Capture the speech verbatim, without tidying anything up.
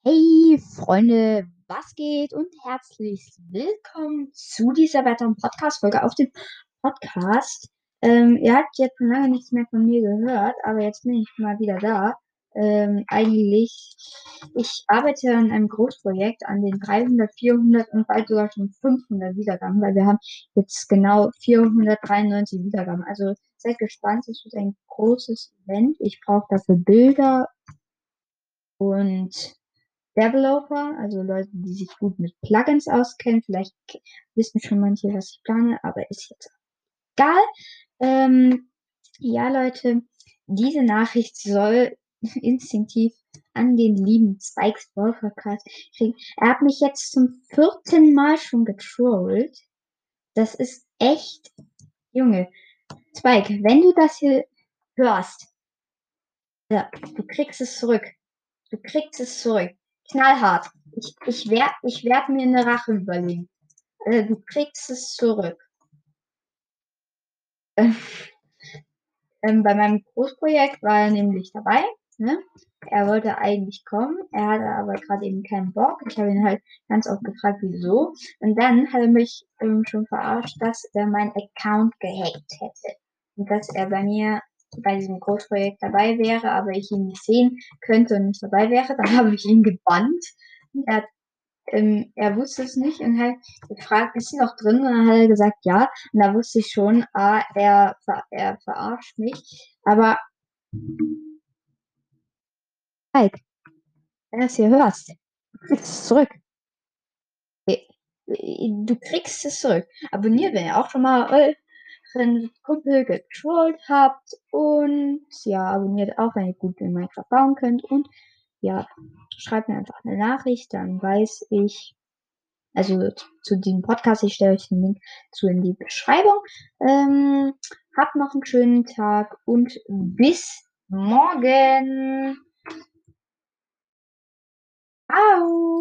Hey Freunde, was geht und herzlich willkommen zu dieser weiteren Podcast-Folge auf dem Podcast. Ähm, ihr habt jetzt schon lange nichts mehr von mir gehört, aber jetzt bin ich mal wieder da. Ähm, eigentlich, ich arbeite an einem Großprojekt an den dreihundert, vierhundert und bald sogar schon fünfhundert Wiedergaben, weil wir haben jetzt genau vierhundertdreiundneunzig Wiedergaben. Also seid gespannt, es wird ein großes Event. Ich brauche dafür Bilder und Developer, also Leute, die sich gut mit Plugins auskennen. Vielleicht wissen schon manche, was ich plane, aber ist jetzt egal. Ähm, ja, Leute, diese Nachricht soll instinktiv an den lieben Spikes Brawl Podcast kriegen. Er hat mich jetzt zum vierten Mal schon getrollt. Das ist echt, Junge. Spike, wenn du das hier hörst, ja, du kriegst es zurück. Du kriegst es zurück. Knallhart. Ich, ich werde ich werd mir eine Rache überlegen. Äh, du kriegst es zurück. Ähm, ähm, bei meinem Großprojekt war er nämlich dabei. Ne? Er wollte eigentlich kommen, er hatte aber gerade eben keinen Bock. Ich habe ihn halt ganz oft gefragt, wieso. Und dann hat er mich ähm, schon verarscht, dass er meinen Account gehackt hätte. Und dass er bei mir bei diesem Großprojekt dabei wäre, aber ich ihn nicht sehen könnte und nicht dabei wäre. Dann habe ich ihn gebannt. Er hat ähm, er wusste es nicht und hat gefragt, ist sie noch drin? Und dann hat er gesagt, ja. Und da wusste ich schon, ah, er, ver er verarscht mich. Aber Mike, wenn du es hier hörst, du kriegst es zurück. Du kriegst es zurück. Abonniert, wenn ihr auch schon mal euren Kumpel getrollt habt. Und ja, abonniert auch, wenn ihr gut in Minecraft bauen könnt. Und ja, schreibt mir einfach eine Nachricht, dann weiß ich, also zu diesem Podcast, ich stelle euch den Link zu in die Beschreibung. Ähm, habt noch einen schönen Tag und bis morgen. Ciao.